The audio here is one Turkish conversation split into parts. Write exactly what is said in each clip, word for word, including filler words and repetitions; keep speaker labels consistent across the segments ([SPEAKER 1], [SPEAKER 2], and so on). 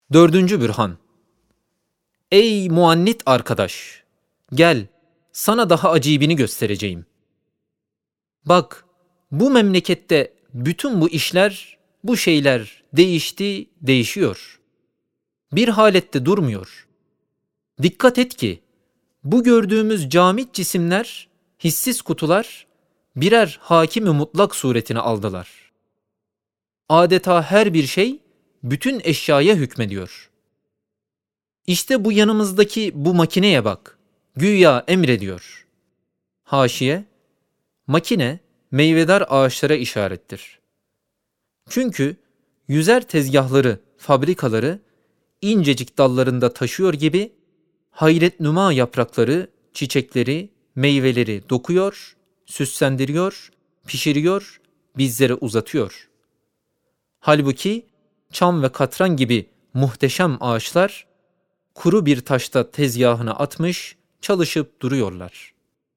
[SPEAKER 1] Dördüncü bürhan. Ey muannit arkadaş! Gel, sana daha acibini göstereceğim. Bak, bu memlekette bütün bu işler, bu şeyler değişti, değişiyor. Bir halette durmuyor. Dikkat et ki, bu gördüğümüz camit cisimler, hissiz kutular, birer hakimi mutlak suretini aldılar. Adeta her bir şey, bütün eşyaya hükmediyor. İşte bu yanımızdaki bu makineye bak, güya emrediyor. Haşiye, makine, meyvedar ağaçlara işarettir. Çünkü yüzer tezgahları, fabrikaları, incecik dallarında taşıyor gibi, hayretnuma yaprakları, çiçekleri, meyveleri dokuyor, süslendiriyor, pişiriyor, bizlere uzatıyor. Halbuki çam ve katran gibi muhteşem ağaçlar, kuru bir taşta tezgahına atmış, çalışıp duruyorlar.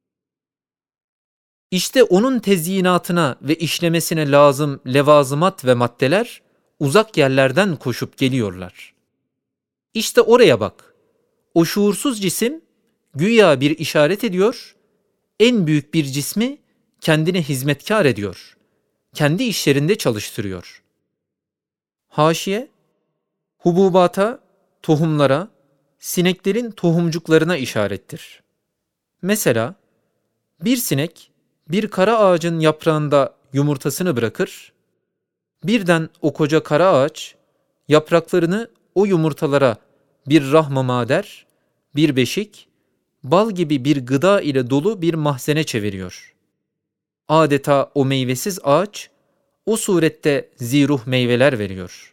[SPEAKER 1] İşte onun tezyinatına ve işlemesine lazım levazımat ve maddeler, uzak yerlerden koşup geliyorlar. İşte oraya bak, o şuursuz cisim, güya bir işaret ediyor, en büyük bir cismi kendine hizmetkar ediyor, kendi işlerinde çalıştırıyor. Haşiye, hububata, tohumlara, sineklerin tohumcuklarına işarettir. Mesela bir sinek bir kara ağacın yaprağında yumurtasını bırakır, birden o koca kara ağaç yapraklarını o yumurtalara bir rahm-ı mader, bir beşik, bal gibi bir gıda ile dolu bir mahzene çeviriyor. Adeta o meyvesiz ağaç o surette ziruh meyveler veriyor.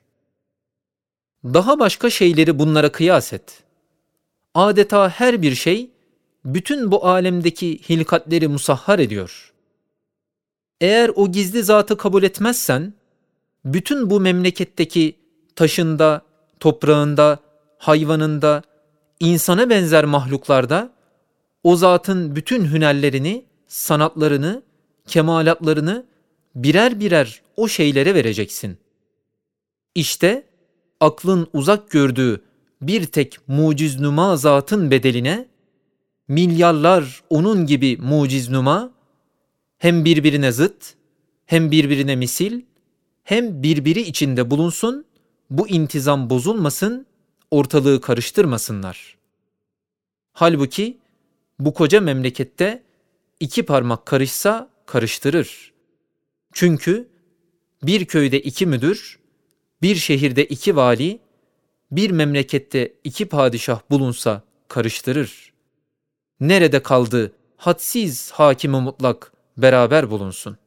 [SPEAKER 1] Daha başka şeyleri bunlara kıyas et. Adeta her bir şey, bütün bu alemdeki hilkatleri musahhar ediyor. Eğer o gizli zatı kabul etmezsen, bütün bu memleketteki taşında, toprağında, hayvanında, insana benzer mahluklarda, o zatın bütün hünerlerini, sanatlarını, kemalatlarını birer birer o şeylere vereceksin. İşte, aklın uzak gördüğü bir tek muciznuma zatın bedeline, milyarlar onun gibi muciznuma, hem birbirine zıt, hem birbirine misil, hem birbiri içinde bulunsun, bu intizam bozulmasın, ortalığı karıştırmasınlar. Halbuki bu koca memlekette iki parmak karışsa karıştırır. Çünkü bir köyde iki müdür, bir şehirde iki vali, bir memlekette iki padişah bulunsa karıştırır. Nerede kaldı hadsiz hakimi mutlak beraber bulunsun?